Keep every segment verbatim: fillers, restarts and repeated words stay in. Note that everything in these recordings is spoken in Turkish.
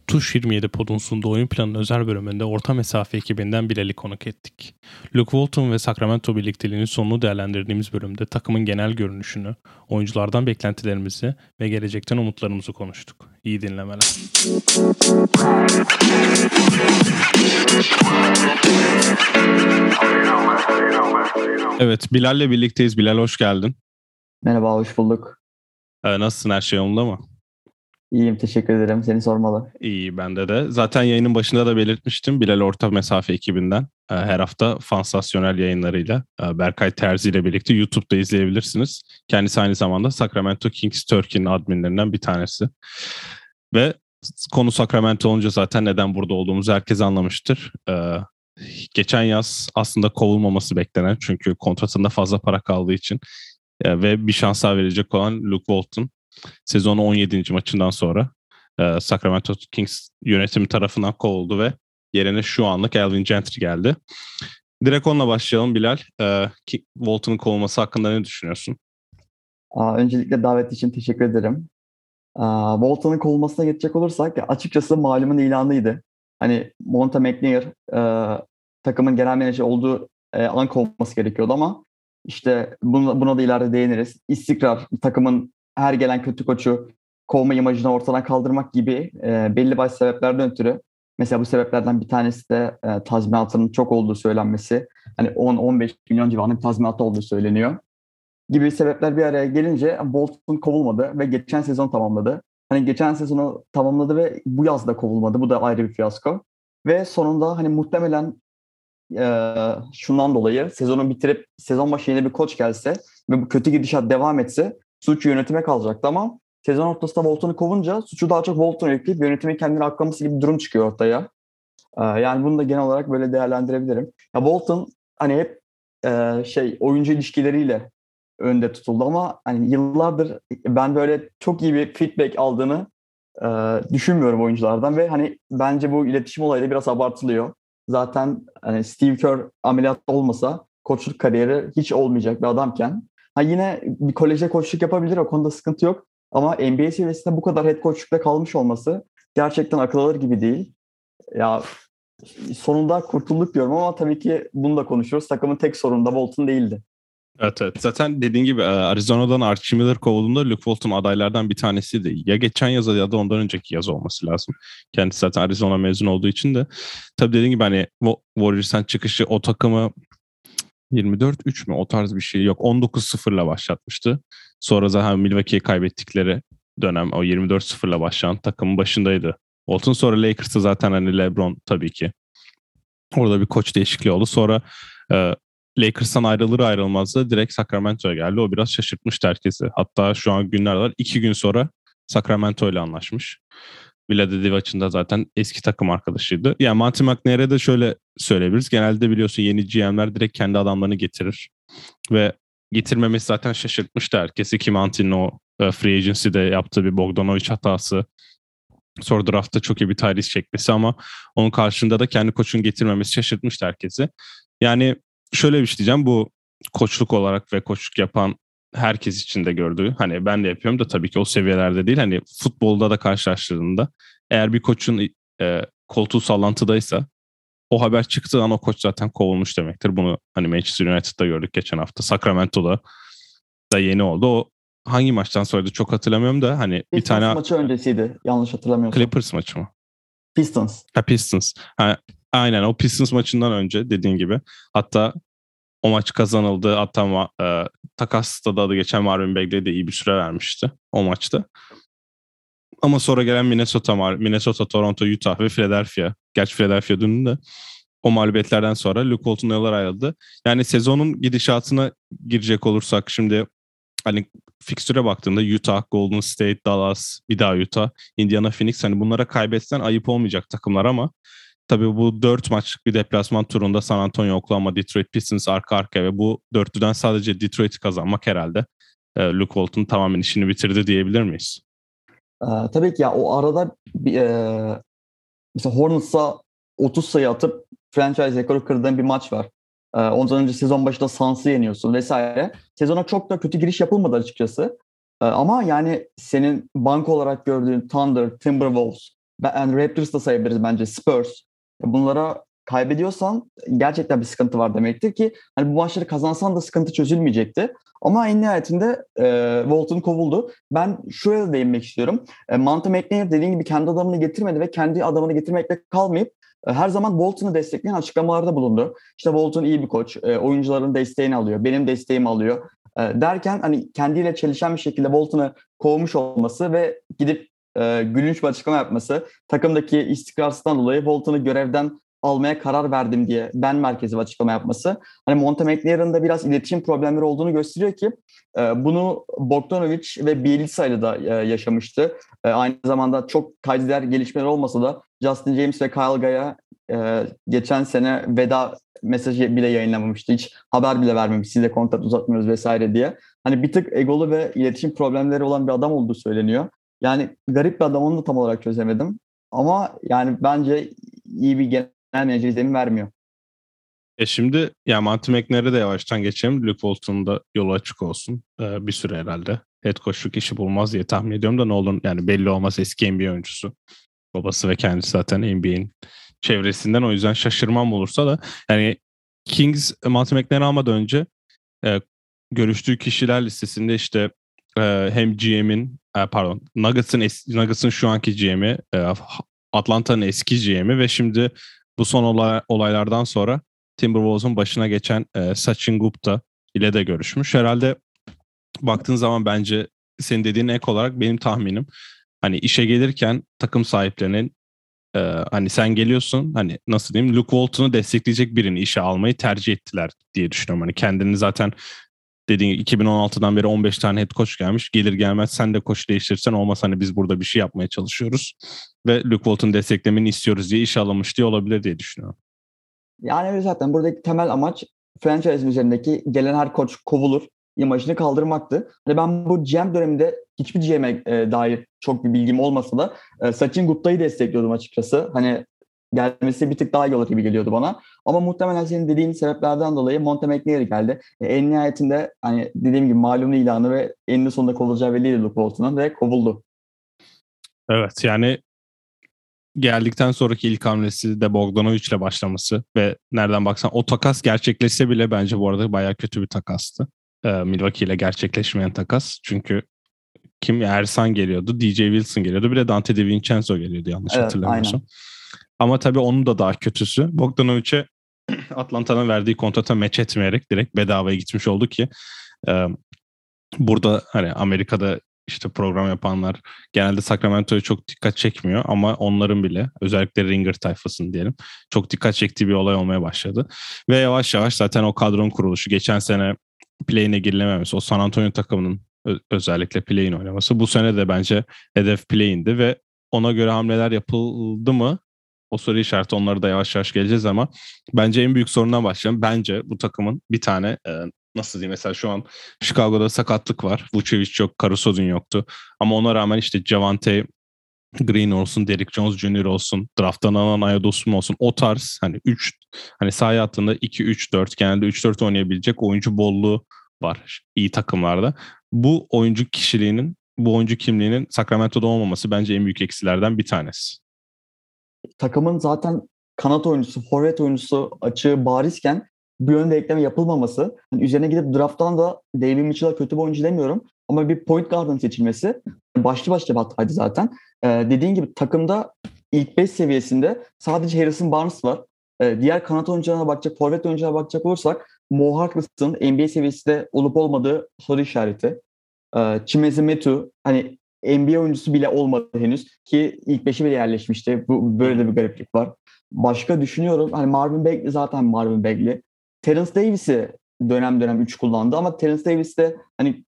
Tuş yirmi yedi Pod'un sunduğu oyun planının özel bölümünde orta mesafe ekibinden Bilal'i konuk ettik. Luke Walton ve Sacramento birlikteliğinin sonunu değerlendirdiğimiz bölümde takımın genel görünüşünü, oyunculardan beklentilerimizi ve gelecekten umutlarımızı konuştuk. İyi dinlemeler. Evet, Bilal'le birlikteyiz. Bilal, hoş geldin. Merhaba, hoş bulduk. Ee, nasılsın? Her şey yolunda mı? İyiyim, teşekkür ederim. Seni sormalı. İyi, bende de. Zaten yayının başında da belirtmiştim. Bilal Orta Mesafe ekibinden e, her hafta sansasyonel yayınlarıyla e, Berkay Terzi ile birlikte YouTube'da izleyebilirsiniz. Kendisi aynı zamanda Sacramento Kings Turkey'nin adminlerinden bir tanesi. Ve konu Sacramento olunca zaten neden burada olduğumuzu herkes anlamıştır. E, geçen yaz aslında kovulmaması beklenen, çünkü kontratında fazla para kaldığı için e, ve bir şans daha verecek olan Luke Walton sezonun on yedinci maçından sonra e, Sacramento Kings yönetimi tarafından kovuldu ve yerine şu anlık Alvin Gentry geldi. Direkt onunla başlayalım Bilal. E, Walton'un kovulması hakkında ne düşünüyorsun? Aa, öncelikle davet için teşekkür ederim. Aa, Bolton'un kovulmasına geçecek olursak açıkçası malumun ilanıydı. Hani Monte McNair e, takımın genel menajer olduğu e, an kovulması gerekiyordu ama işte buna, buna da ileride değiniriz. İstikrar, takımın her gelen kötü koçu kovma imajını ortadan kaldırmak gibi e, belli başlı sebeplerden ötürü. Mesela bu sebeplerden bir tanesi de e, tazminatının çok olduğu söylenmesi. Hani on on beş milyon civarında bir tazminatı olduğu söyleniyor gibi sebepler bir araya gelince Bolton kovulmadı ve geçen sezon tamamladı. Hani geçen sezonu tamamladı ve bu yaz da kovulmadı. Bu da ayrı bir fiyasko. Ve sonunda hani muhtemelen e, şundan dolayı sezonu bitirip sezon başı yeni bir koç gelse ve bu kötü gidişat devam etse suç yönetime kalacaktı ama sezon ortasında Bolton'u kovunca suçu daha çok Bolton'a yükleyip yönetimin kendini aklaması gibi bir durum çıkıyor ortaya. E, yani bunu da genel olarak böyle değerlendirebilirim. Ya Bolton hani hep e, şey oyuncu ilişkileriyle önde tutuldu ama hani yıllardır ben böyle çok iyi bir feedback aldığını e, düşünmüyorum oyunculardan ve hani bence bu iletişim olayı da biraz abartılıyor. Zaten hani Steve Kerr ameliyat olmasa koçluk kariyeri hiç olmayacak bir adamken ha yine bir kolejde koçluk yapabilir, o konuda sıkıntı yok ama N B A seviyesinde bu kadar head coachlukta kalmış olması gerçekten akıl alır gibi değil. Ya sonunda kurtulduk diyorum ama tabii ki bunu da konuşuyoruz. Takımın tek sorunu da Bolton değildi. Evet, evet. Zaten dediğin gibi Arizona'dan Archie Miller kovulduğunda Luke Walton adaylardan bir tanesiydi. Ya geçen yaz ya da ondan önceki yaz olması lazım. Kendisi zaten Arizona mezun olduğu için de. Tabii dediğin gibi hani Warriors'tan çıkışı o takımı yirmi dört üç mü o tarz bir şey yok. on dokuz sıfırla başlatmıştı. Sonra zaten Milwaukee'yi kaybettikleri dönem o yirmi dört sıfırla başlayan takımın başındaydı. Walton sonra Lakers'ta zaten hani LeBron tabii ki. Orada bir koç değişikliği oldu. Sonra e, Lakers'tan ayrılır ayrılmaz da direkt Sacramento'ya geldi. O biraz şaşırtmıştı herkesi. Hatta şu an günler var. İki gün sonra Sacramento ile anlaşmış. Vlade Divac'ın da zaten eski takım arkadaşıydı. Yani Monte McNair'e de şöyle söyleyebiliriz. Genelde biliyorsun yeni G M'ler direkt kendi adamlarını getirir. Ve getirmemesi zaten şaşırtmıştı herkesi ki Monte'nin o e, free agency'de yaptığı bir Bogdanovic hatası. Sonra draftta çok iyi bir Tyrese çekmesi ama onun karşılığında da kendi koçunu getirmemesi şaşırtmıştı herkesi. Yani şöyle bir şey diyeceğim, bu koçluk olarak ve koçluk yapan herkes için de gördüğü, hani ben de yapıyorum da tabii ki o seviyelerde değil, hani futbolda da karşılaştırdığında eğer bir koçun e, koltuğu sallantıdaysa o haber çıktığı an o koç zaten kovulmuş demektir. Bunu hani Manchester United'da gördük geçen hafta. Sacramento'da da yeni oldu. O hangi maçtan sonraydı çok hatırlamıyorum da hani bir Pistons tane maçı öncesiydi yanlış hatırlamıyorsam. Clippers maçı mı? Pistons. Ha, Pistons. Ha, aynen o Pistons maçından önce dediğin gibi. Hatta o maç kazanıldı. Hatta ma- e, takasta da adı geçen Marvin Bagley de iyi bir süre vermişti o maçta. Ama sonra gelen Minnesota, Minnesota, Toronto, Utah ve Philadelphia. Gerçi Philadelphia dün de o mağlubiyetlerden sonra Luke Walton'la yollar ayrıldı. Yani sezonun gidişatına girecek olursak şimdi hani fikstüre baktığında Utah, Golden State, Dallas, bir daha Utah, Indiana, Phoenix, hani bunlara kaybetsen ayıp olmayacak takımlar ama tabii bu dört maçlık bir deplasman turunda San Antonio, Oklahoma, Detroit Pistons arka arkaya ve bu dörtlüden sadece Detroit'i kazanmak herhalde e, Luke Walton tamamen işini bitirdi diyebilir miyiz? Ee, tabii ki ya o arada bir, e, mesela Hornets'a otuz sayı atıp franchise rekoru kırdığın bir maç var. Ee, ondan önce sezon başında Suns'ı yeniyorsun vesaire. Sezona çok da kötü giriş yapılmadı açıkçası. Ee, ama yani senin banko olarak gördüğün Thunder, Timberwolves, Yani Raptors da sayabiliriz bence, Spurs. Bunlara kaybediyorsan gerçekten bir sıkıntı var demektir ki hani bu maçları kazansan da sıkıntı çözülmeyecekti. Ama en nihayetinde e, Walton kovuldu. Ben şuraya da değinmek istiyorum. E, Monte McNair dediğin gibi kendi adamını getirmedi ve kendi adamını getirmekle kalmayıp e, her zaman Walton'u destekleyen açıklamalarda bulundu. İşte Walton iyi bir koç, e, oyuncuların desteğini alıyor, benim desteğimi alıyor. E, derken hani kendiyle çelişen bir şekilde Walton'u kovmuş olması ve gidip e, gülünç bir açıklama yapması, takımdaki istikrarsızlıktan dolayı Walton'u görevden almaya karar verdim diye ben merkezi bir açıklama yapması. Hani Monte McNair'ın da biraz iletişim problemleri olduğunu gösteriyor ki e, bunu Bogdanovic ve Bielitsa ile de e, yaşamıştı. E, aynı zamanda çok kayda gelişmeler olmasa da Justin James ve Kyle Guy'a e, geçen sene veda mesajı bile yayınlamamıştı. Hiç haber bile vermemiş. Size kontrat uzatmıyoruz vesaire diye. Hani bir tık egolu ve iletişim problemleri olan bir adam olduğu söyleniyor. Yani garip bir adam, onu da tam olarak çözemedim. Ama yani bence iyi bir genel menajer izlenimi vermiyor. E şimdi ya Monty McNair'e de yavaştan geçelim. Luke Walton'un da yolu açık olsun. Ee, bir süre herhalde. Head coachluk işi bulmaz diye tahmin ediyorum da ne olur yani belli olmaz, eski N B A oyuncusu. Babası ve kendisi zaten N B A'in çevresinden, o yüzden şaşırmam olursa da yani Kings Monty McNair'i almadan önce e, görüştüğü kişiler listesinde işte e, hem G M'in e, pardon Nuggets'ın es, Nuggets'ın şu anki G M'i, e, Atlanta'nın eski G M'i ve şimdi bu son olay, olaylardan sonra Timberwolves'un başına geçen e, Sachin Gupta ile de görüşmüş. Herhalde baktığın zaman bence senin dediğin ek olarak benim tahminim hani işe gelirken takım sahiplerinin e, hani sen geliyorsun, hani nasıl diyeyim, Luke Walton'u destekleyecek birini işe almayı tercih ettiler diye düşünüyorum. Hani kendini zaten dediğin gibi iki bin on altıdan beri on beş tane head coach gelmiş. Gelir gelmez sen de koç değiştirirsen olmaz, hani biz burada bir şey yapmaya çalışıyoruz ve Luke Walton'u desteklemeni istiyoruz diye işe alınmış diye olabilir diye düşünüyorum. Yani zaten buradaki temel amaç franchise üzerindeki gelen her koç kovulur imajını kaldırmaktı. Hani ben bu G M döneminde hiçbir G M'e e, dair çok bir bilgim olmasa da e, Sachin Gupta'yı destekliyordum açıkçası. Hani gelmesi bir tık daha iyi olur gibi geliyordu bana. Ama muhtemelen senin dediğin sebeplerden dolayı Monte McNair geldi. E, en nihayetinde hani dediğim gibi malum ilanı ve eninde sonunda kovulacağı belliydi Luke Walton'un ve kovuldu. Evet yani geldikten sonraki ilk hamlesi de Bogdanovic'le başlaması ve nereden baksan o takas gerçekleşse bile bence bu arada bayağı kötü bir takastı. Ee, Milwaukee ile gerçekleşmeyen takas. Çünkü kim? Ersan geliyordu, D J Wilson geliyordu, bir de Dante DiVincenzo geliyordu yanlış Evet, hatırlamıyorsam. aynen. Ama tabii onun da daha kötüsü. Bogdanovic'e Atlanta'nın verdiği kontrata match etmeyerek direkt bedavaya gitmiş oldu ki e, burada hani Amerika'da işte program yapanlar genelde Sacramento'ya çok dikkat çekmiyor ama onların bile, özellikle Ringer tayfasının diyelim, çok dikkat çektiği bir olay olmaya başladı. Ve yavaş yavaş zaten o kadronun kuruluşu, geçen sene play-in'e girilememesi, o San Antonio takımının ö- özellikle play-in oynaması, bu sene de bence hedef play-in'di ve ona göre hamleler yapıldı mı? O soru işareti, onları da yavaş yavaş geleceğiz ama bence en büyük sorundan başlayalım. Bence bu takımın bir tane e, nasıl diyeyim, mesela şu an Chicago'da sakatlık var. Vucevic yok, Caruso dün yoktu. Ama ona rağmen işte Javante Green olsun, Derrick Jones Junior olsun, drafttan alan Aya Dostum olsun, o tarz hani üç, hani sahaya attığında iki üç dört, genelde üç dört oynayabilecek oyuncu bolluğu var iyi takımlarda. Bu oyuncu kişiliğinin, bu oyuncu kimliğinin Sacramento'da olmaması bence en büyük eksilerden bir tanesi. Takımın zaten kanat oyuncusu, forvet oyuncusu açığı barizken bir yönde ekleme yapılmaması, hani üzerine gidip drafttan da David Mitchell'a kötü bir oyuncu demiyorum ama bir point guard'ın seçilmesi başlı başlı bir hataydı zaten. Ee, dediğin gibi takımda ilk beş seviyesinde sadece Harrison Barnes var. Ee, diğer kanat oyuncularına bakacak, forvet oyuncularına bakacak olursak Mo Harkless'ın N B A seviyesinde olup olmadığı soru işareti. Ee, Chimeze Metu hani N B A oyuncusu bile olmadı henüz ki ilk beşi bile yerleşmişti. Bu, böyle de bir gariplik var. Başka düşünüyorum. Hani Marvin Bagley zaten Marvin Bagley. Terence Davis'i dönem dönem üç kullandı ama Terence Davis de hani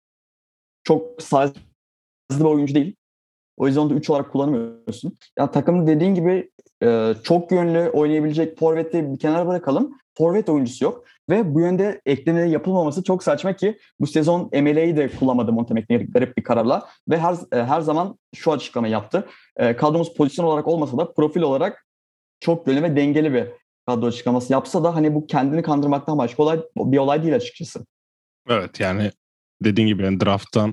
çok size'lı bir oyuncu değil. O yüzden onu da üç olarak kullanamıyorsun. Ya takım dediğin gibi e, çok yönlü oynayabilecek forveti bir kenara bırakalım. Forvet oyuncusu yok. Ve bu yönde ekleme yapılmaması çok saçma ki bu sezon M L A'yı de kullanmadı Monte McNair garip bir kararla. Ve her e, her zaman şu açıklama yaptı. E, kadromuz pozisyon olarak olmasa da profil olarak çok yönlü ve dengeli bir kadro açıklaması yapsa da hani bu kendini kandırmaktan başka olay bir olay değil açıkçası. Evet yani dediğin gibi yani drafttan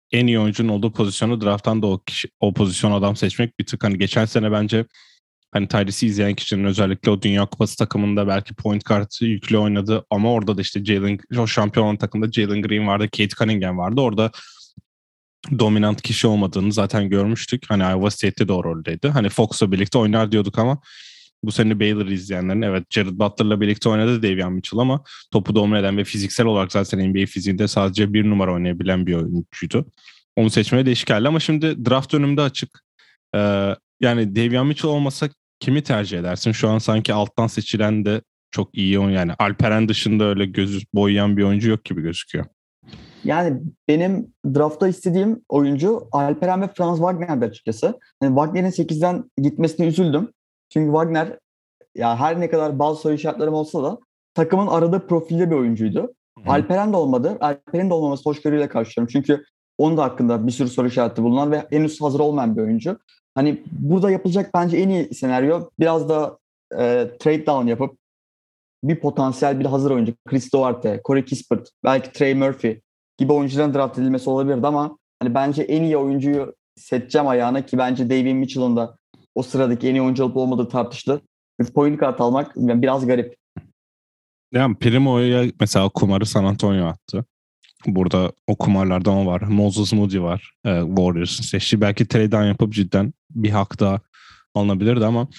en iyi oyuncunun olduğu pozisyonu drafttan da o kişi, o pozisyon adam seçmek bir tık hani geçen sene bence hani Tyrese'i izleyen kişinin özellikle o Dünya Kupası takımında belki point guard yüklü oynadı ama orada da işte Jalen, o şampiyon olan takımda Jalen Green vardı, Kate Cunningham vardı. Orada dominant kişi olmadığını zaten görmüştük. Hani Iowa State'te de o roldeydi. Hani Fox'la birlikte oynar diyorduk ama bu sene Baylor izleyenlerin evet Jared Butler'la birlikte oynadı Davion Mitchell ama topu domine eden ve fiziksel olarak zaten N B A fiziğinde sadece bir numara oynayabilen bir oyuncuydu. Onu seçmeye değişik geldi ama şimdi draft önümde açık. Ee, yani Davion Mitchell olmasa kimi tercih edersin? Şu an sanki alttan seçilen de çok iyi oyun yani Alperen dışında öyle gözü boyayan bir oyuncu yok gibi gözüküyor. Yani benim draftta istediğim oyuncu Alperen ve Franz Wagner'di açıkçası. Yani Wagner'in sekizden gitmesine üzüldüm. Çünkü Wagner ya her ne kadar bazı soru işaretlerim olsa da takımın aradığı profilde bir oyuncuydu. Hı. Alperen de olmadı. Alperen'in de olmaması hoşgörüyle karşılıyorum. Çünkü onun da hakkında bir sürü soru işareti bulunan ve henüz hazır olmayan bir oyuncu. Hani burada yapılacak bence en iyi senaryo biraz da e, trade down yapıp bir potansiyel bir hazır oyuncu. Chris Duarte, Corey Kispert, belki Trey Murphy gibi oyuncuların draft edilmesi olabilirdi ama hani bence en iyi oyuncuyu seçeceğim ayağına ki bence Davion Mitchell'ın da o sıradaki en iyi oyuncu olup olmadığı tartışılır. Bir point guard almak biraz garip. Yani Primo'ya mesela kumarı San Antonio attı. Burada o kumarlardan o var. Moses Moody var. E, Warriors'ın seçtiği. Belki trade'den yapıp cidden bir hak daha alınabilirdi ama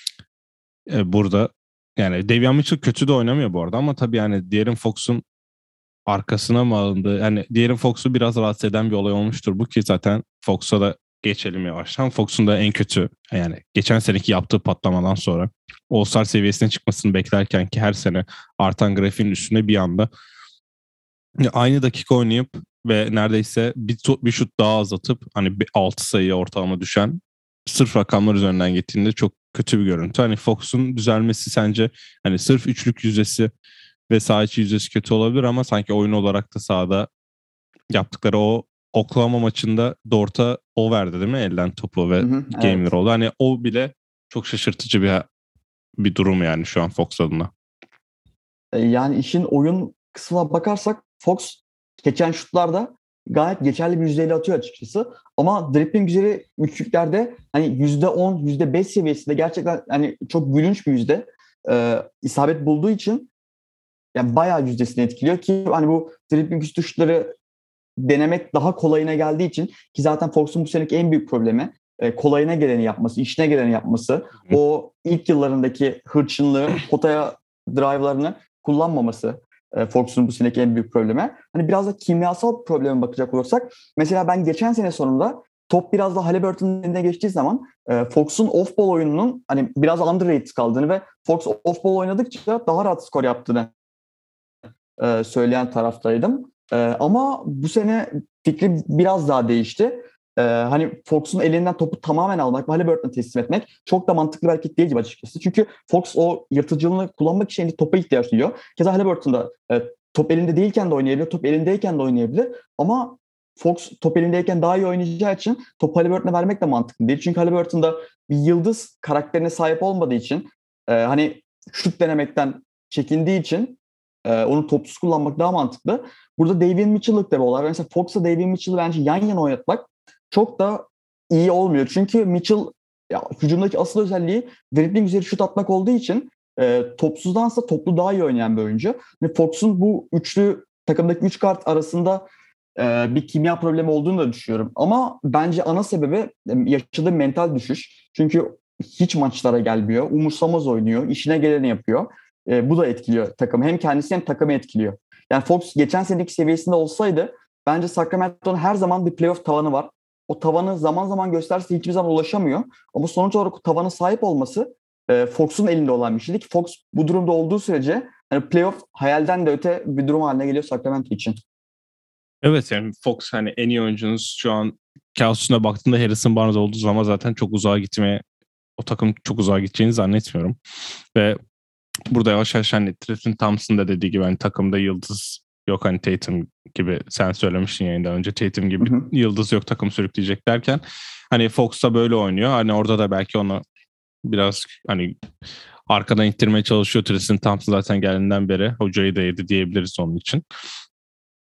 e, burada yani Davion Mitchell kötü de oynamıyor bu arada ama tabii yani De'Aaron Fox'un arkasına mı alındı? Yani De'Aaron Fox'u biraz rahatsız eden bir olay olmuştur. Bu ki zaten Fox'a da geçelim yavaştan. Fox'un da en kötü yani geçen seneki yaptığı patlamadan sonra All-Star seviyesine çıkmasını beklerken ki her sene artan grafiğin üstüne bir anda aynı dakika oynayıp ve neredeyse bir, bir şut daha az atıp hani altı sayı ortalama düşen sırf rakamlar üzerinden gittiğinde çok kötü bir görüntü. Hani Fox'un düzelmesi sence hani sırf üçlük yüzdesi ve saha içi yüzdesi kötü olabilir ama sanki oyun olarak da sahada yaptıkları o Oklahoma maçında Dort'a o verdi değil mi elden topu ve Hı hı, game winner evet. oldu. Hani o bile çok şaşırtıcı bir bir durum yani şu an Fox adına. E, Yani işin oyun kısmına bakarsak Fox geçen şutlarda gayet geçerli bir yüzdeyle atıyor açıkçası. Ama dribbling üzeri üçlüklerde hani yüzde on, yüzde beş seviyesinde gerçekten hani çok gülünç bir yüzde e, isabet bulduğu için yani bayağı yüzdesini etkiliyor ki hani bu dribbling üstü şutları denemek daha kolayına geldiği için ki zaten Fox'un bu seneki en büyük problemi e, kolayına geleni yapması, işine geleni yapması, o ilk yıllarındaki hırçınlığı, potaya drive'larını kullanmaması e, Fox'un bu seneki en büyük problemi. Hani biraz da kimyasal probleme bakacak olursak mesela ben geçen sene sonunda top biraz da Haliburton'un eline geçtiği zaman e, Fox'un off-ball oyununun hani biraz underrated kaldığını ve Fox off-ball oynadıkça daha rahat skor yaptığını e, söyleyen taraftaydım. E, ama bu sene fikrim biraz daha değişti. E, hani Fox'un elinden topu tamamen almak, Haliburton'a teslim etmek çok da mantıklı bir hareket değil gibi açıkçası. Çünkü Fox o yırtıcılığını kullanmak için topa ihtiyaç duyuyor. Keza Haliburton da e, top elinde değilken de oynayabilir, top elindeyken de oynayabilir. Ama Fox top elindeyken daha iyi oynayacağı için topu Haliburton'a vermek de mantıklı değil. Çünkü Haliburton da bir yıldız karakterine sahip olmadığı için e, hani şut denemekten çekindiği için ee, onu topsuz kullanmak daha mantıklı. Burada Davion Mitchell'lık da bir olay. Mesela Fox'la Davion Mitchell'ı bence yan yana oynatmak çok da iyi olmuyor. Çünkü Mitchell ya, hücumdaki asıl özelliği dribbling üzeri şut atmak olduğu için e, topsuzdansa toplu daha iyi oynayan bir oyuncu. Ve Fox'un bu üçlü takımdaki üç kart arasında e, bir kimya problemi olduğunu da düşünüyorum. Ama bence ana sebebi e, yaşadığı mental düşüş. Çünkü hiç maçlara gelmiyor. Umursamaz oynuyor. İşine geleni yapıyor. E, bu da etkiliyor takımı. Hem kendisi hem takımı etkiliyor. Yani Fox geçen seneki seviyesinde olsaydı bence Sacramento'nun her zaman bir playoff tavanı var. O tavanı zaman zaman gösterse hiçbir zaman ulaşamıyor. Ama sonuç olarak o tavana sahip olması e, Fox'un elinde olan bir şeydi ki Fox bu durumda olduğu sürece hani playoff hayalden de öte bir durum haline geliyor Sacramento için. Evet yani Fox hani en iyi oyuncunuz şu an kağıt üstüne baktığında Harrison Barnes olduğu zaman zaten çok uzağa gitmeye o takım çok uzağa gideceğini zannetmiyorum. Ve burada yavaş yavaş hani Tristan Thompson da dediği gibi hani takımda yıldız yok hani Tatum gibi sen söylemiştin yayında önce Tatum gibi Hı hı. yıldız yok takım sürükleyecek derken hani Fox da böyle oynuyor. Hani orada da belki onu biraz hani arkadan ittirmeye çalışıyor. Tristan Thompson zaten geldiğinden beri hocayı da yedi diyebiliriz onun için.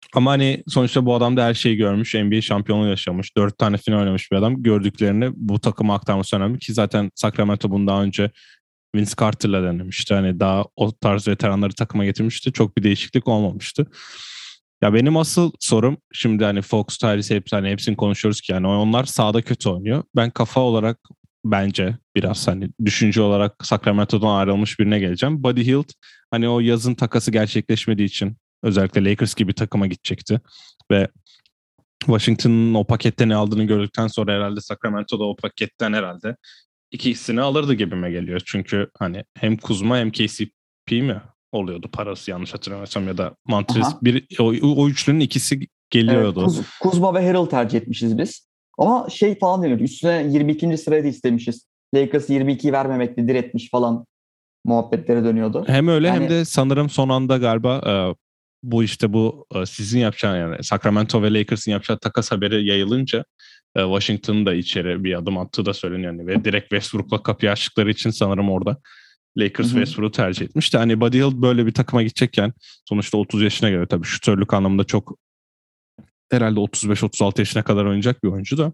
Ama hani sonuçta bu adam da her şeyi görmüş. N B A şampiyonluğu yaşamış. Dört tane final oynamış bir adam. Gördüklerini bu takıma aktarması önemli ki zaten Sacramento bunu daha önce Vince Carter'la denemişti. Hani daha o tarz veteranları takıma getirmişti. Çok bir değişiklik olmamıştı. Ya benim asıl sorum şimdi hani Fox, Tyrese hepsi, hani hepsini konuşuyoruz ki yani onlar sahada kötü oynuyor. Ben kafa olarak bence biraz hani düşünce olarak Sacramento'dan ayrılmış birine geleceğim. Buddy Hield hani o yazın takası gerçekleşmediği için özellikle Lakers gibi takıma gidecekti. Ve Washington'ın o paketten ne aldığını gördükten sonra herhalde Sacramento'da o paketten herhalde ikisini alırdı gibime geliyor. Çünkü hani hem Kuzma hem K C P mi oluyordu parası yanlış hatırlamıyorsam ya da Montrezl Aha. bir o, o üçlünün ikisi Evet, geliyordu. Kuz, Kuzma ve Harrell tercih etmişiz biz. Ama şey falan deniyordu. Üstüne yirmi ikinci sırayı da istemişiz. Lakers yirmi ikiyi vermemekle diretmiş falan muhabbetlere dönüyordu. Hem öyle hem Yani de sanırım son anda galiba e, bu işte bu e, sizin yapacağınız yani Sacramento ve Lakers'ın yapacağı takas haberi yayılınca e, Washington'ın da içeri bir adım attığı da söyleniyor. Yani ve direkt Westbrook'la kapıyı açtıkları için sanırım orada hı Lakers hı. Westbrook'u tercih etmiş de hani Buddy Hield böyle bir takıma gidecekken sonuçta otuz yaşına göre tabii şutörlük anlamında çok herhalde otuz beş otuz altı yaşına kadar oynayacak bir oyuncu da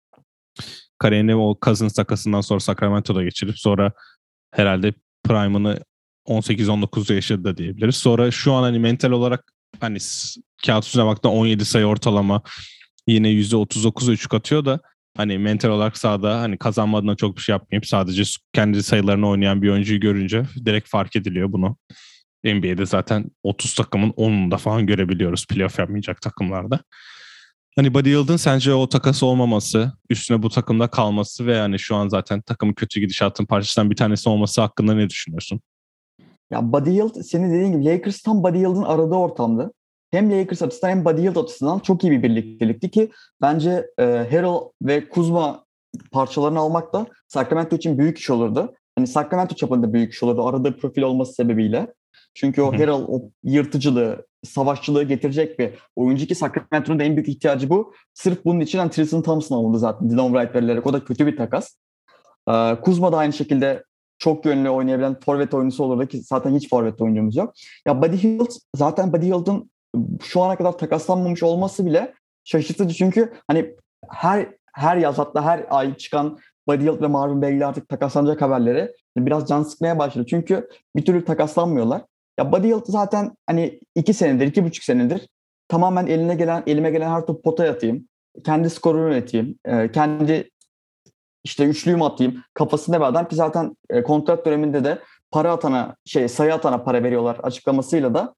kariyerini o Cousins takasından sonra Sacramento'da geçirip sonra herhalde prime'ını on sekiz on dokuzda yaşadı da diyebiliriz. Sonra şu an hani mental olarak hani kağıt üstüne baktığında on yedi sayı ortalama yine yüzde otuz dokuz üçlük atıyor da hani mental olarak sahada hani kazanma adına çok bir şey yapmayıp sadece kendi sayılarını oynayan bir oyuncuyu görünce direkt fark ediliyor bunu. N B A'de zaten otuz takımın onunda falan görebiliyoruz playoff yapmayacak takımlarda. Hani Buddy Hield'ın sence o takası olmaması, üstüne bu takımda kalması ve yani şu an zaten takımın kötü gidişatın parçasından bir tanesi olması hakkında ne düşünüyorsun? ya Buddy Hield senin dediğin gibi Lakers tam Buddy Hield'ın aradığı ortamdı. Hem Lakers açısından hem Buddy Hield açısından çok iyi bir birliktelikti ki bence e, Harrell ve Kuzma parçalarını almak da Sacramento için büyük iş olurdu. Hani Sacramento çapında büyük iş olurdu aradığı profil olması sebebiyle. Çünkü o Harrell o yırtıcılığı, savaşçılığı getirecek bir oyuncu ki Sacramento'nun da en büyük ihtiyacı bu. Sırf bunun için hani Tristan Thompson alındı zaten Dylan Wright verilerek. O da kötü bir takas. Ee, Kuzma da aynı şekilde çok yönlü oynayabilen forvet oyuncusu olurdu ki zaten hiç forvet oyuncumuz yok. Ya Buddy Hield zaten Buddy Hield'ın şu ana kadar takaslanmamış olması bile şaşırtıcı çünkü hani her her yaz hatta her ay çıkan Buddy Hield ve Marvin Bagley artık takaslanacak haberleri biraz can sıkmaya başladı. Çünkü bir türlü takaslanmıyorlar. Ya Buddy Hield zaten hani iki senedir, iki buçuk senedir tamamen eline gelen, elime gelen her topu potaya atayım. Kendi skorumu üreteyim. Kendi işte üçlüyüm atayım kafasında bir adam ki zaten e, kontrat döneminde de para atana şey sayı atana para veriyorlar açıklamasıyla da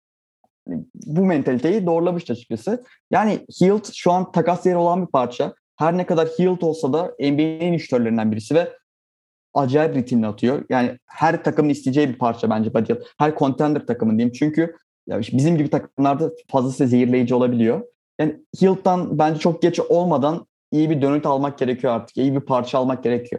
bu mentaliteyi doğrulamıştı açıkçası. Yani Hield şu an takas değeri olan bir parça. Her ne kadar Hield olsa da N B A'nin en iyi şütörlerinden birisi ve acayip ritimle atıyor. Yani her takımın isteyeceği bir parça bence Buddy Hield. Her contender takımın diyeyim. Çünkü ya işte bizim gibi takımlarda fazlasıyla zehirleyici olabiliyor. Yani Hield'dan bence çok geç olmadan iyi bir dönüt almak gerekiyor artık. İyi bir parça almak gerekiyor.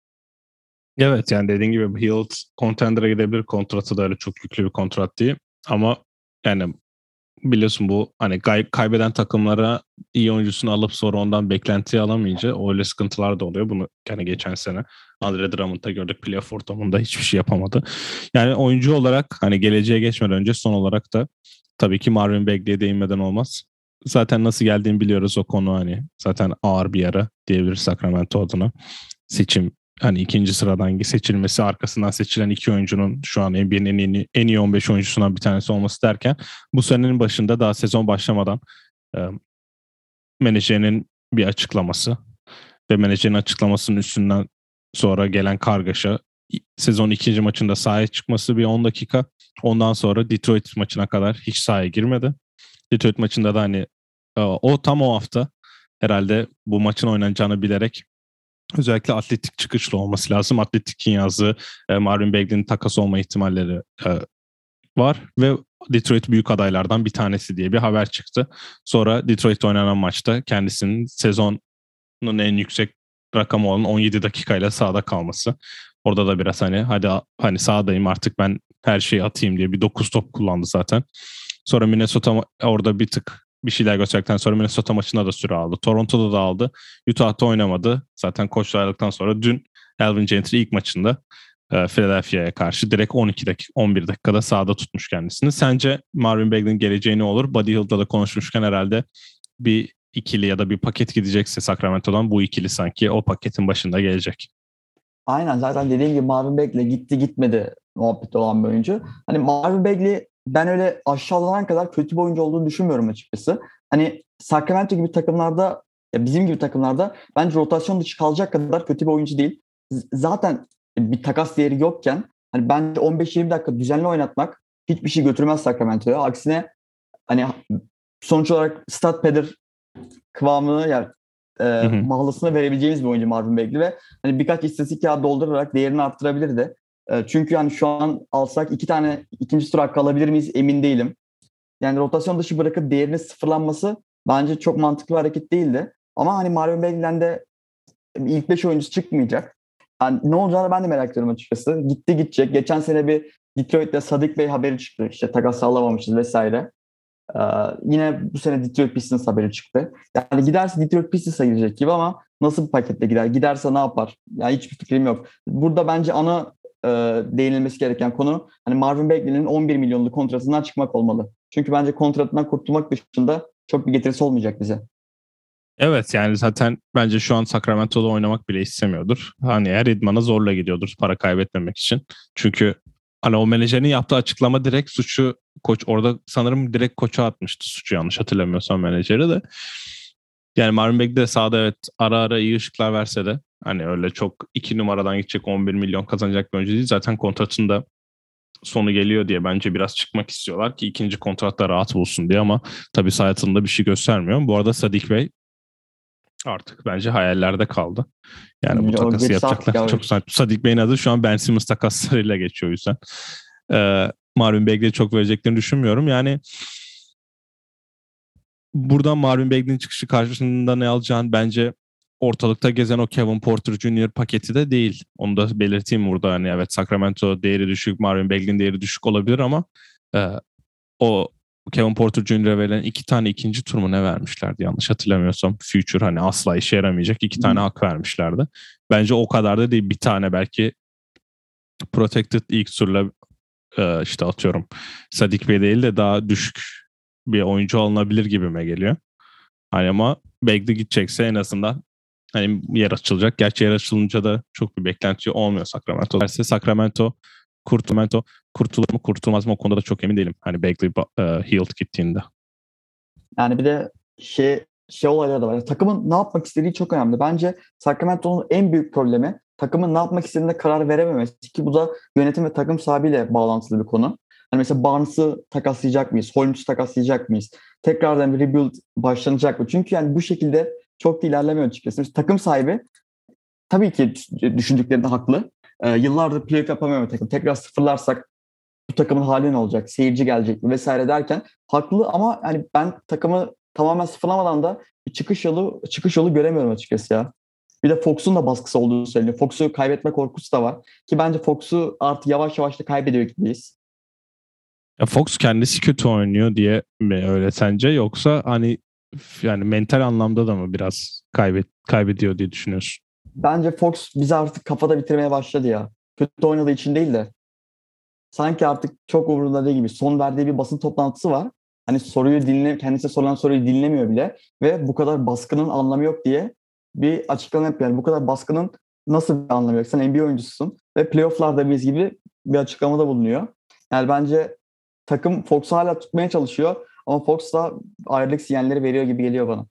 Evet yani dediğin gibi Hield Contender'a gidebilir. Kontratı da öyle çok yüklü bir kontrat değil. Ama yani biliyorsun bu hani kay- kaybeden takımlara iyi oyuncusunu alıp sonra ondan beklentiyi alamayınca öyle sıkıntılar da oluyor. Bunu yani geçen sene Andre Drummond'da gördük playoff ortamında hiçbir şey yapamadı. Yani oyuncu olarak hani geleceğe geçmeden önce son olarak da tabii ki Marvin Bagley'e değinmeden olmaz. Zaten nasıl geldiğini biliyoruz o konu hani. Zaten ağır bir yara diyebiliriz Sacramento adına. Seçim hani ikinci sıradan seçilmesi arkasından seçilen iki oyuncunun şu an N B A'nin en iyi, en iyi on beş oyuncusundan bir tanesi olması derken bu senenin başında daha sezon başlamadan e, menajerinin bir açıklaması ve menajerin açıklamasının üstünden sonra gelen kargaşa sezon ikinci maçında sahaya çıkması bir on dakika. Ondan sonra Detroit maçına kadar hiç sahaya girmedi. Detroit maçında da hani e, o tam o hafta herhalde bu maçın oynanacağını bilerek özellikle atletik çıkışlı olması lazım. Atletik'in yazdığı e, Marvin Bagley'nin takas olma ihtimalleri e, var ve Detroit büyük adaylardan bir tanesi diye bir haber çıktı. Sonra Detroit oynanan maçta kendisinin sezonun en yüksek rakamı olan on yedi dakikayla sahada kalması. Orada da biraz hani hadi hani sahadayım artık ben her şeyi atayım diye bir dokuz top kullandı zaten. Sonra Minnesota orada bir tık bir şeyler gösterdikten sonra Minnesota maçında da süre aldı. Toronto'da da aldı. Utah'ta oynamadı. Zaten koç ayrıldıktan sonra dün Elvin Gentry ilk maçında e, Philadelphia'ya karşı direkt on iki dakika on bir dakikada sahada tutmuş kendisini. Sence Marvin Bagley'nin geleceği ne olur? Buddy Hield'da da konuşmuşken herhalde bir ikili ya da bir paket gidecekse Sacramento'dan bu ikili sanki o paketin başında gelecek. Aynen, zaten dediğim gibi Marvin Bagley gitti gitmedi muhabbeti olan bir oyuncu. Hani Marvin Bagley ben öyle aşağılanan kadar kötü bir oyuncu olduğunu düşünmüyorum açıkçası. Hani Sacramento gibi takımlarda, ya bizim gibi takımlarda bence rotasyon dışı kalacak kadar kötü bir oyuncu değil. Z- zaten bir takas değeri yokken hani bence on beş yirmi dakika düzenli oynatmak hiçbir şey götürmez Sacramento'ya. Aksine hani sonuç olarak stat padder kıvamını, yani Hı e, hı. mahlasına verebileceğimiz bir oyuncu Marvin Bagley ve hani birkaç istatistik kağıdı doldurarak değerini arttırabilirdi. E, çünkü hani şu an alsak iki tane ikinci tur hakkı alabilir miyiz emin değilim. Yani rotasyon dışı bırakıp değerinin sıfırlanması bence çok mantıklı bir hareket değildi. Ama hani Marvin Bagley'den de ilk beş oyuncusu çıkmayacak. Yani ne olacağını ben de merak ediyorum açıkçası. Gitti gidecek. Geçen sene bir Detroit'te Sadık Bey haberi çıktı. İşte takas sağlamamışız vesaire. Ee, yine bu sene Detroit Pistons haberi çıktı. Yani giderse Detroit Pistons'a gidecek gibi ama nasıl bir paketle gider? Giderse ne yapar? Yani hiçbir fikrim yok. Burada bence ana e, değinilmesi gereken konu hani Marvin Bagley'nin on bir milyonluk kontratından çıkmak olmalı. Çünkü bence kontratından kurtulmak dışında çok bir getirisi olmayacak bize. Evet yani zaten bence şu an Sacramento'da oynamak bile istemiyordur. Hani her idmana zorla gidiyordur para kaybetmemek için. Çünkü hani o menajerin yaptığı açıklama direkt suçu koç orada sanırım direkt koça atmıştı suçu yanlış hatırlamıyorsam menajeri de. Yani Marvin Bagley de sahada evet ara ara iyi ışıklar verse de hani öyle çok iki numaradan gidecek on bir milyon kazanacak bir oyuncu değil. Zaten kontratında sonu geliyor diye bence biraz çıkmak istiyorlar ki ikinci kontratta rahat bulsun diye ama tabii hayatında bir şey göstermiyor. Bu arada Sadik Bey artık bence hayallerde kaldı. Yani bu O takası geçti artık yapacaklar. ya o Çok iş. Sadik Bey'in adı şu an Ben Simmons takaslarıyla geçiyor o yüzden. Ee, Marvin Bagley'e çok vereceklerini düşünmüyorum. Yani buradan Marvin Bagley'in çıkışı karşısında ne alacağını bence ortalıkta gezen o Kevin Porter Junior paketi de değil. Onu da belirteyim burada. Hani evet Sacramento değeri düşük, Marvin Bagley'in değeri düşük olabilir ama e, o Kevin Porter Junior'a verilen iki tane ikinci tur mu ne vermişlerdi yanlış hatırlamıyorsam. Future hani asla işe yaramayacak iki tane hak vermişlerdi. Bence o kadar da değil. Bir tane belki Protected ilk turla e, işte atıyorum Sadik Bey değil de daha düşük bir oyuncu alınabilir gibime geliyor. Hani ama Bagley gidecekse en azından hani yer açılacak. Gerçi yer açılınca da çok bir beklenti olmuyor Sacramento. Derse Sacramento Kurtumento kurtulur mu kurtulmaz mı o konuda da çok emin değilim. Hani Bagley e, Hield gittiğinde. Yani bir de şey şey olayları da var. Yani takımın ne yapmak istediği çok önemli. Bence Sacramento'nun en büyük problemi takımın ne yapmak istediğine karar verememesi ki bu da yönetim ve takım sahibiyle bağlantılı bir konu. Hani mesela Barnes'ı takaslayacak mıyız? Holmes'u takaslayacak mıyız? Tekrardan bir rebuild başlanacak mı? Çünkü yani bu şekilde çok da ilerlemiyor açıkçası. Mesela takım sahibi tabii ki düşündüklerinde haklı. Ee, yıllardır playoff yapamıyor bir takım. Tekrar sıfırlarsak bu takımın hali ne olacak? Seyirci gelecek mi vesaire derken haklı ama hani ben takımı tamamen sıfırlamadan da bir çıkış yolu çıkış yolu göremiyorum açıkçası ya. Bir de Fox'un da baskısı olduğunu söyleniyor. Fox'u kaybetme korkusu da var. Ki bence Fox'u artık yavaş yavaş da kaybediyor gibiyiz. Ya Fox kendisi kötü oynuyor diye mi öyle sence yoksa hani yani mental anlamda da mı biraz kaybet kaybediyor diye düşünüyorsun? Bence Fox bizi artık kafada bitirmeye başladı ya. Kötü oynadığı için değil de sanki artık çok umurunda değil gibi. Son verdiği bir basın toplantısı var. Hani soruyu dinle, kendisi sorulan soruyu dinlemiyor bile ve bu kadar baskının anlamı yok diye bir açıklama yapıyor. Yani bu kadar baskının nasıl bir anlamı yok? Sen N B A oyuncususun ve playoff'larda biz gibi bir açıklamada bulunuyor. Yani bence takım Fox'u hala tutmaya çalışıyor ama Fox da ayrılık sinyalleri veriyor gibi geliyor bana.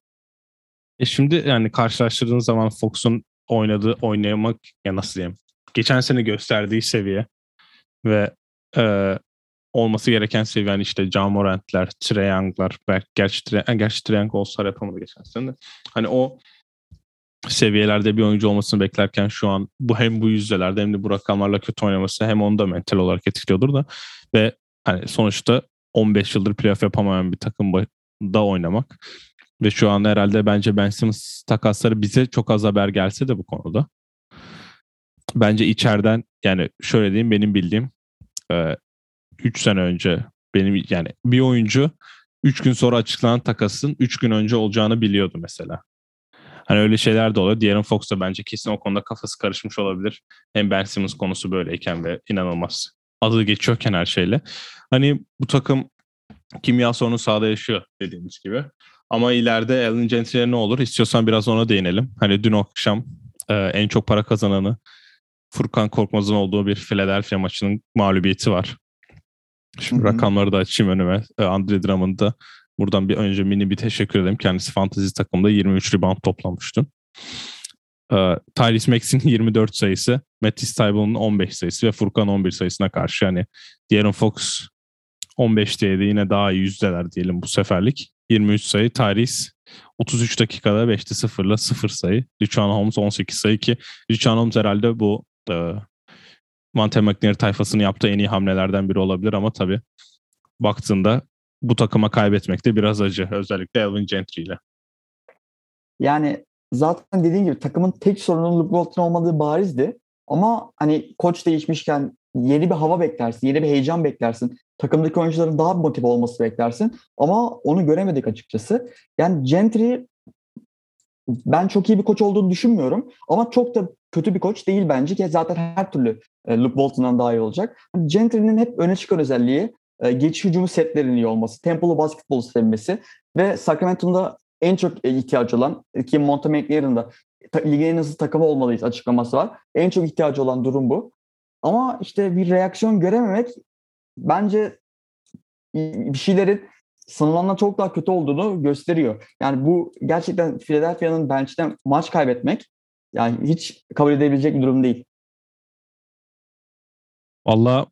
E şimdi yani karşılaştırdığın zaman Fox'un oynadığı oynamak ya nasıl diyeyim? Geçen sene gösterdiği seviye ve e, olması gereken seviye yani işte Ja Morant'ler, Trae Young'lar, belki gerçi Trae, gerçi Trae Young All-Star yapamadı geçen sene de. Hani o seviyelerde bir oyuncu olmasını beklerken şu an bu hem bu yüzdelerde hem de bu rakamlarla kötü oynaması hem onu da mental olarak etkiliyordur da ve hani sonuçta on beş yıldır playoff yapamayan bir takımda oynamak ve şu an herhalde bence Ben Simmons takasları bize çok az haber gelse de bu konuda bence içeriden yani şöyle diyeyim benim bildiğim üç sene önce benim yani bir oyuncu üç gün sonra açıklanan takasın üç gün önce olacağını biliyordu mesela. Hani öyle şeyler de oluyor. De'Aaron Fox da bence kesin o konuda kafası karışmış olabilir. Hem Ben Simmons konusu böyleyken ve inanılmaz adı geçiyorken her şeyle. Hani bu takım kimya sorunu sahada yaşıyor dediğimiz gibi. Ama ileride Allen Gentry'e ne olur? İstiyorsan biraz ona değinelim. Hani dün akşam e, en çok para kazananı Furkan Korkmaz'ın olduğu bir Philadelphia maçının mağlubiyeti var. Hı Şimdi hı. rakamları da açayım önüme. E, Andre Drummond'a buradan bir önce mini bir teşekkür ederim. Kendisi fantezi takımda yirmi üç rebound toplamıştı. E, Tyrese Maxey'in yirmi dört sayısı, Matisse Thybulle'un on beş sayısı ve Furkan on bir sayısına karşı yani De'Aaron Fox on beşteydi, yine daha iyi yüzdeler diyelim bu seferlik. yirmi üç sayı. Tyrese otuz üç dakikada beşte sıfırla sıfır sayı. Richaun Holmes on sekiz sayı ki Richaun Holmes herhalde bu e, Monte McNair tayfasının yaptığı en iyi hamlelerden biri olabilir ama tabii baktığında bu takıma kaybetmek de biraz acı. Özellikle Alvin Gentry ile. Yani zaten dediğin gibi takımın tek sorunun Luke Walton olmadığı barizdi. Ama hani koç değişmişken yeni bir hava beklersin, yeni bir heyecan beklersin. Takımdaki oyuncuların daha motive olması beklersin. Ama onu göremedik açıkçası. Yani Gentry ben çok iyi bir koç olduğunu düşünmüyorum. Ama çok da kötü bir koç değil bence ki zaten her türlü e, Luke Walton'dan daha iyi olacak. Hani Gentry'nin hep öne çıkan özelliği e, geçiş hücumu setlerinin iyi olması, tempolu basketbol sevmesi ve Sacramento'da en çok e, ihtiyacı olan ki Monte McNair'ın da ta, ligin en hızlı takımı olmalıyız açıklaması var. En çok ihtiyacı olan durum bu. Ama işte bir reaksiyon görememek bence bir şeylerin sanılandan çok daha kötü olduğunu gösteriyor. Yani bu gerçekten Philadelphia'nın bench'ten maç kaybetmek yani hiç kabul edebilecek bir durum değil. Valla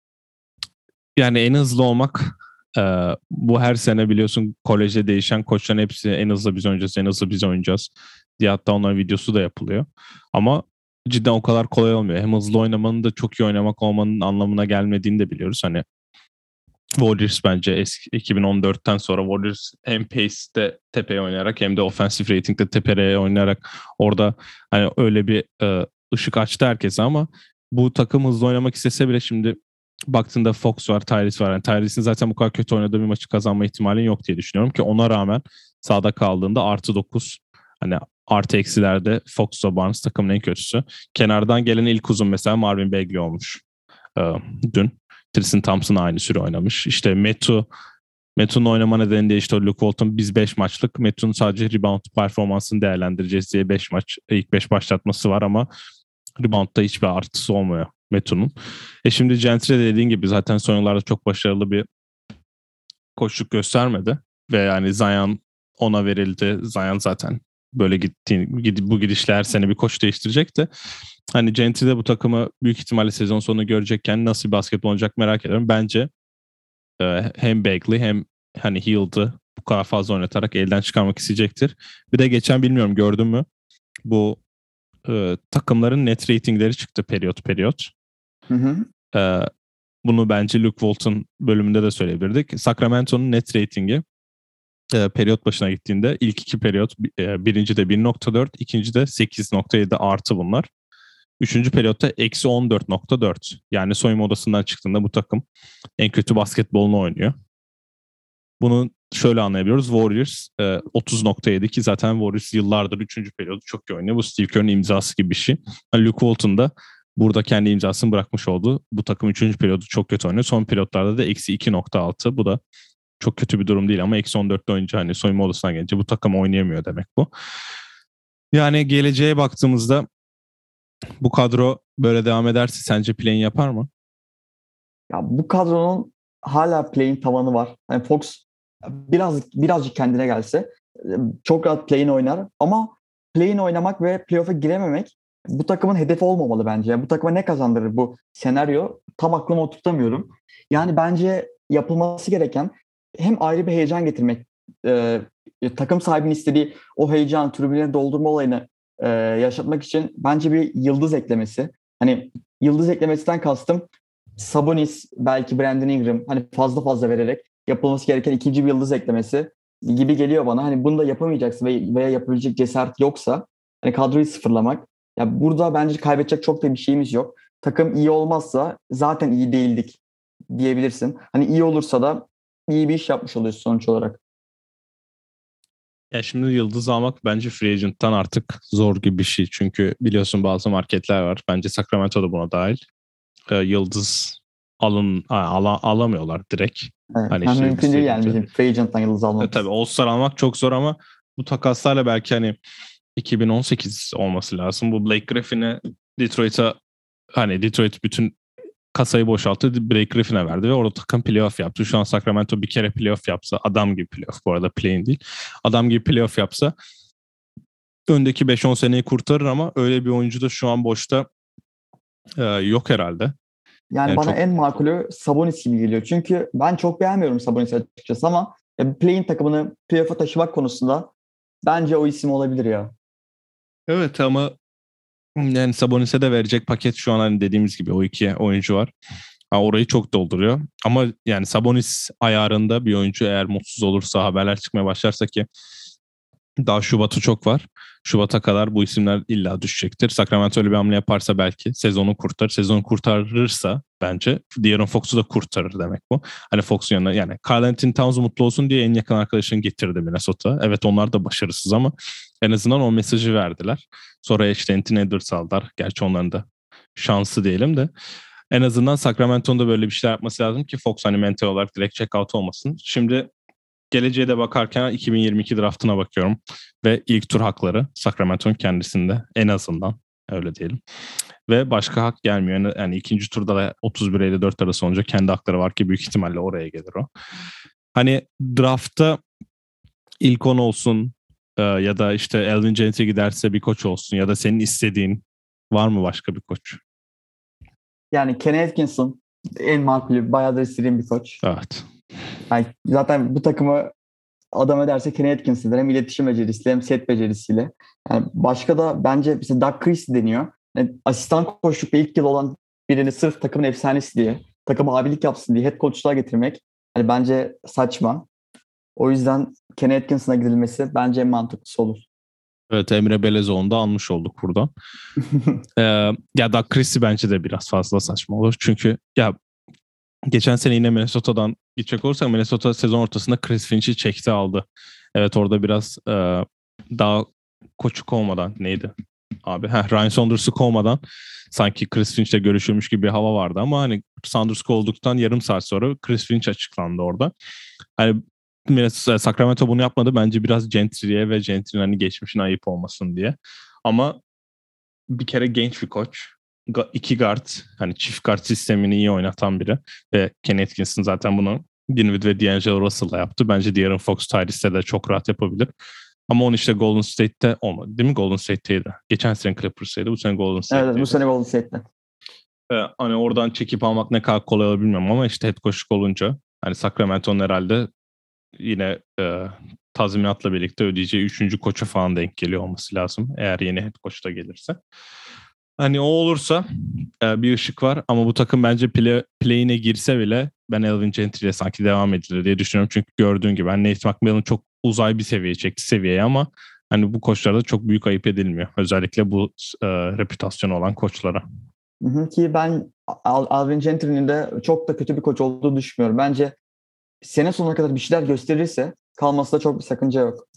yani en hızlı olmak e, bu her sene biliyorsun kolejde değişen koçların hepsi en hızlı biz oynayacağız, en hızlı biz oynayacağız diye, hatta onların videosu da yapılıyor. Ama cidden o kadar kolay olmuyor. Hem hızlı oynamanın da çok iyi oynamak olmanın anlamına gelmediğini de biliyoruz. Hani Warriors bence eski iki bin on dörtten sonra Warriors hem pace'de tepeye oynayarak hem de offensive rating'de tepeye oynayarak orada hani öyle bir e, ışık açtı herkese ama bu takım hızlı oynamak istese bile şimdi baktığında Fox var, Tyrese var. Yani Tyrese'in zaten bu kadar kötü oynadığı bir maçı kazanma ihtimalin yok diye düşünüyorum ki ona rağmen sahada kaldığında artı dokuz, hani artı eksilerde Fox'la Barnes takımın en kötüsü. Kenardan gelen ilk uzun mesela Marvin Bagley olmuş e, dün. Tristan Thompson aynı süre oynamış. İşte Metu Metu'nun oynama nedeni de işte Luke Walton biz beş maçlık Metu'nun sadece rebound performansını değerlendireceğiz diye beş maç ilk beş başlatması var ama reboundda hiçbir artısı olmuyor Metu'nun. E şimdi Gentry dediğin gibi zaten son yıllarda çok başarılı bir koçluk göstermedi ve yani Zion ona verildi. Zion zaten böyle gitti, bu gidişle her sene bir koç değiştirecek de hani Gentry de bu takımı büyük ihtimalle sezon sonu görecekken nasıl bir basketbol olacak merak ediyorum. Bence e, hem Bagley hem hani Hield'ı bu kadar fazla oynatarak elden çıkarmak isteyecektir. Bir de geçen bilmiyorum gördün mü? Bu e, takımların net ratingleri çıktı periyot periyot. Hı hı. E, Bunu bence Luke Walton bölümünde de söyleyebilirdik. Sacramento'nun net ratingi e, periyot başına gittiğinde ilk iki periyot e, birinci de bir nokta dört, ikinci de sekiz nokta yedi artı bunlar. Üçüncü periyotta eksi on dört nokta dört. Yani soyunma odasından çıktığında bu takım en kötü basketbolunu oynuyor. Bunu şöyle anlayabiliyoruz. Warriors e, otuz nokta yedi ki zaten Warriors yıllardır üçüncü periyodu çok iyi oynuyor. Bu Steve Kerr'ın imzası gibi bir şey. Yani Luke Walton da burada kendi imzasını bırakmış oldu. Bu takım üçüncü periyodu çok kötü oynuyor. Son periyotlarda da eksi iki nokta altı. Bu da çok kötü bir durum değil ama eksi on dörtte oyuncu hani soyunma odasına gelince bu takım oynayamıyor demek bu. Yani geleceğe baktığımızda bu kadro böyle devam ederse sence play-in yapar mı? Ya bu kadronun hala play'in tavanı var. Yani Fox biraz birazcık kendine gelse e, çok rahat play'in oynar ama play'in oynamak ve playoff'a girememek bu takımın hedefi olmamalı bence. Yani bu takıma ne kazandırır bu senaryo? Tam aklıma oturtamıyorum. Yani bence yapılması gereken hem ayrı bir heyecan getirmek, e, takım sahibinin istediği o heyecan, tribünleri doldurma olayını e, yaşatmak için bence bir yıldız eklemesi. Hani yıldız eklemesinden kastım Sabonis, belki Brandon Ingram hani fazla fazla vererek yapılması gereken ikinci bir yıldız eklemesi gibi geliyor bana. Hani bunu da yapamayacaksın veya yapabilecek cesaret yoksa hani kadroyu sıfırlamak. Ya burada bence kaybedecek çok da bir şeyimiz yok. Takım iyi olmazsa zaten iyi değildik diyebilirsin. Hani iyi olursa da iyi bir iş yapmış oluyorsun sonuç olarak. Ya şimdi yıldız almak bence free agent'tan artık zor gibi bir şey. Çünkü biliyorsun bazı marketler var. Bence Sacramento da buna dahil. Ee, yıldız alın ala, alamıyorlar direkt. Evet. Hani Hem işte bir mümkün değil free yani agent'e. bizim free agent'tan yıldız E, tabii almamız. All-Star almak çok zor ama bu takaslarla belki hani iki bin on sekiz olması lazım. Bu Blake Griffin'i Detroit'a hani Detroit bütün kasayı boşalttı. Blake Griffin'e verdi ve orada takım playoff yaptı. Şu an Sacramento bir kere playoff yapsa adam gibi playoff bu arada play-in değil. Adam gibi playoff yapsa öndeki beş on seneyi kurtarır ama öyle bir oyuncu da şu an boşta e, yok herhalde. Yani Yani bana çok en makulü Sabonis gibi geliyor. Çünkü ben çok beğenmiyorum Sabonis'i açıkçası ama ya, play-in takımını playoff'a taşımak konusunda bence o isim olabilir ya. evet ama yani Sabonis'e de verecek paket şu an hani dediğimiz gibi o iki oyuncu var. Ha, orayı çok dolduruyor. Ama yani Sabonis ayarında bir oyuncu eğer mutsuz olursa haberler çıkmaya başlarsa ki daha Şubat'ı çok var. Şubat'a kadar bu isimler illa düşecektir. Sacramento öyle bir hamle yaparsa belki sezonu kurtarır. Sezonu kurtarırsa bence De'Aaron Fox'u da kurtarır demek bu. Hani Fox'un yanına yani Karl Anthony Towns mutlu olsun diye en yakın arkadaşını getirdi Minnesota. Evet onlar da başarısız ama en azından o mesajı verdiler. Sonra işte Anthony Edwards aldılar. Gerçi onların da şansı diyelim de. En azından Sacramento'nun da böyle bir şeyler yapması lazım ki Fox hani mental olarak direkt check out olmasın. Şimdi geleceğe de bakarken iki bin yirmi iki draftına bakıyorum ve ilk tur hakları Sacramento'nun kendisinde en azından öyle diyelim. Ve başka hak gelmiyor. Yani, yani ikinci turda da otuz bir elli dört arası olunca kendi hakları var ki büyük ihtimalle oraya gelir o. Hani draftta ilk on olsun e, ya da işte Elvin Gentry giderse bir koç olsun ya da senin istediğin var mı başka bir koç? Yani Kenny Atkinson en makulü, bayağıdır istediğim bir koç. Evet. Yani zaten bu takımı adam ederse Kenny Atkinson'dır. Hem iletişim becerisiyle hem set becerisiyle. Yani başka da bence mesela Doug Christie deniyor. Yani asistan koçlukta ilk yıl olan birini sırf takımın efsanesi diye, takıma abilik yapsın diye head coachluğa getirmek hani bence saçma. O yüzden Kenny Atkinson'a gidilmesi bence en mantıklısı olur. Evet Emre Belezoğlu'nu da almış olduk buradan. Ee, ya da Chris'i bence de biraz fazla saçma olur. Çünkü ya geçen sene yine Minnesota'dan gidecek olursak Minnesota sezon ortasında Chris Finch'i çekti aldı. Evet orada biraz e, daha koçu kovmadan neydi? Abi heh, Ryan Saunders'ı kovmadan sanki Chris Finch'le görüşülmüş gibi bir hava vardı ama hani Saunders kovulduktan yarım saat sonra Chris Finch açıklandı orada. Hani Minnesota, Sacramento bunu yapmadı bence biraz Gentry'ye ve Gentry'nin hani geçmişine ayıp olmasın diye. Ama bir kere genç bir koç. İki guard, hani çift guard sistemini iyi oynatan biri. Ve Kenny Atkinson zaten bunu Dinwiddie ve D'Angelo Russell'la yaptı. Bence De'Aaron Fox Tyrese'de de çok rahat yapabilir. Ama onu işte Golden State'te olmadı. Değil mi? Golden State'teydi. Geçen sene Clippers'teydi. Bu sene Golden Evet, bu State'teydi. sene Golden State'te. Ee, hani oradan çekip almak ne kadar kolay olur bilmiyorum ama işte head coachluk olunca hani Sacramento'nun herhalde yine e, tazminatla birlikte ödeyeceği üçüncü koça falan denk geliyor olması lazım. Eğer yeni head coach da gelirse. Hani o olursa e, bir ışık var ama bu takım bence play, play'ine girse bile ben Elvin Gentry ile sanki devam edilir diye düşünüyorum. Çünkü gördüğün gibi ben Nate McMillan çok uzay bir seviyeye çekti seviyeye ama hani bu koçlarda çok büyük ayıp edilmiyor. Özellikle bu e, reputasyonu olan koçlara. Hı hı, ki ben Al- Alvin Gentry'nin de çok da kötü bir koç olduğunu düşünmüyorum. Bence sene sonuna kadar bir şeyler gösterirse kalmasında çok bir sakınca yok.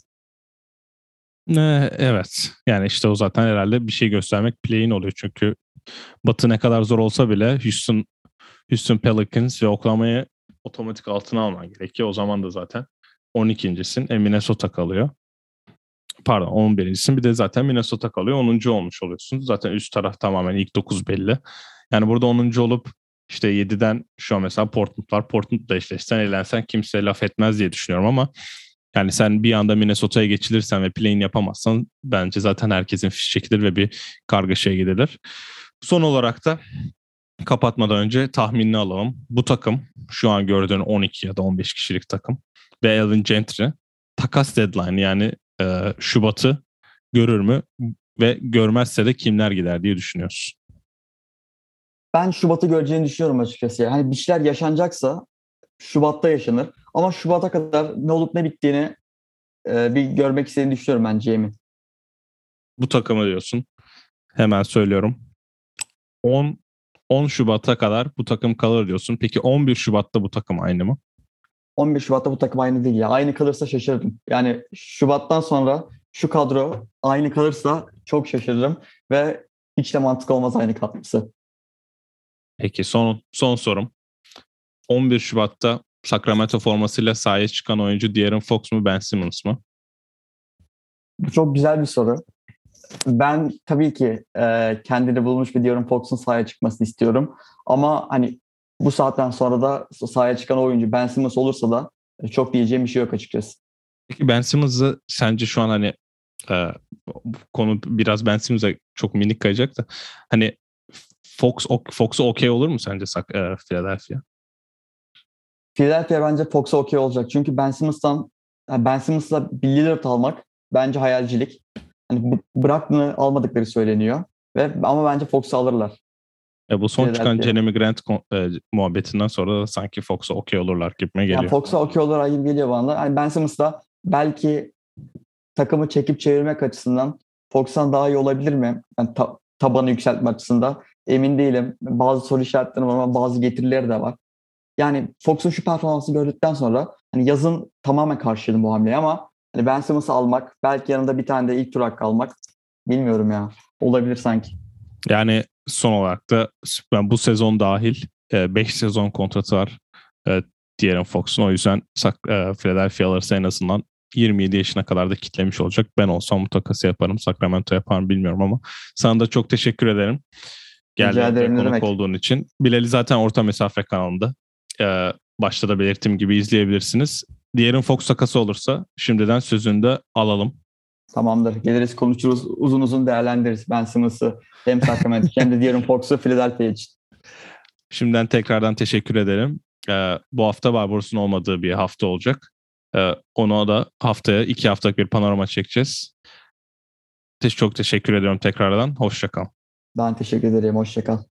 E, evet. Yani işte o zaten herhalde bir şey göstermek play'in oluyor. Çünkü Batı ne kadar zor olsa bile Houston Houston Pelicans ve Oklahoma'yı otomatik altına alman gerekiyor. O zaman da zaten on ikincisin. E, Minnesota kalıyor. Pardon on birincisin. Bir de zaten Minnesota kalıyor. onuncu olmuş oluyorsun. Zaten üst taraf tamamen ilk dokuz belli. Yani burada onuncu olup işte yediden şu an mesela Portland var. Portland'da eşleşsen elensen kimse laf etmez diye düşünüyorum ama yani sen bir anda Minnesota'ya geçilirsen ve play-in yapamazsan bence zaten herkesin fiş çekilir ve bir kargaşaya gidilir. Son olarak da kapatmadan önce tahminini alalım. Bu takım şu an gördüğün on iki ya da on beş kişilik takım ve Elvin Gentry takas deadline yani e, Şubat'ı görür mü ve görmezse de kimler gider diye düşünüyorsun. Ben Şubat'ı göreceğini düşünüyorum açıkçası. Yani hani bir şeyler yaşanacaksa Şubat'ta yaşanır. Ama Şubat'a kadar ne olup ne bittiğini e, bir görmek istediğini düşünüyorum ben G M'in. Bu takımı diyorsun. Hemen söylüyorum. on on Şubat'a kadar bu takım kalır diyorsun. Peki on bir Şubat'ta bu takım aynı mı? on bir Şubat'ta bu takım aynı değil ya. Aynı kalırsa şaşırırım. Yani Şubat'tan sonra şu kadro aynı kalırsa çok şaşırırım ve hiç de mantık olmaz aynı kalması. Peki son son sorum. on bir Şubat'ta Sacramento formasıyla sahaya çıkan oyuncu De'Aaron Fox mu Ben Simmons mı? Bu çok güzel bir soru. Ben tabii ki e, kendini bulmuş bir De'Aaron Fox'un sahaya çıkmasını istiyorum. Ama hani bu saatten sonra da sahaya çıkan oyuncu Ben Simmons olursa da çok diyeceğim bir şey yok açıkçası. Peki Ben Simmons'ı sence şu an hani e, bu konu biraz Ben Simmons'a çok minik kayacak da hani Fox Fox'u okey olur mu sence e, Philadelphia? Philadelphia bence Fox'a okey olacak. Çünkü Ben Simmons'tan yani Ben Simmons'la bir Lillard almak bence hayalcilik. Hani bu- Brogdon'ı almadıkları söyleniyor. Ve ama bence Fox'u alırlar. E, bu son çıkan Philadelphia. Jeremy Grant e, muhabbetinden sonra da sanki Fox'a okey olurlar gibime Yani geliyor. Fox'a okey olurlar gibi geliyor bana da. Hani Ben Simmons da belki takımı çekip çevirmek açısından Fox'tan daha iyi olabilir mi? Yani ta- tabanı yükseltme açısından emin değilim. Bazı soru işaretleri var ama bazı getirileri de var. Yani Fox'un şu performansı gördükten sonra hani yazın tamamen karşıydım bu hamleye ama hani Ben Simmons'ı almak, belki yanında bir tane de ilk tur hakkı almak bilmiyorum ya. Olabilir sanki. Yani son olarak da ben bu sezon dahil beş sezon kontratı var e, De'Aaron Fox'un. O yüzden e, Philadelphia alırsa en azından yirmi yedi yaşına kadar da kitlemiş olacak. Ben olsam bu takası yaparım. Sacramento yaparım bilmiyorum ama sana da çok teşekkür ederim. Rica Geldiğin ve ederim, ne konuk demek. olduğun için. Bilal'i zaten Orta Mesafe kanalında e, başta da belirttiğim gibi izleyebilirsiniz. De'Aaron Fox takası olursa şimdiden sözünü de alalım. Tamamdır. Geliriz konuşuruz. Uzun uzun değerlendiririz Ben Simmons'ı hem Sacramento için hem de De'Aaron Fox'u Philadelphia için. Şimdiden tekrardan teşekkür ederim. Ee, bu hafta Barbaros'un olmadığı bir hafta olacak. Ee, ona da haftaya iki haftalık bir panorama çekeceğiz. Te- çok teşekkür ediyorum tekrardan. Hoşça kal. Ben teşekkür ederim. Hoşça kal.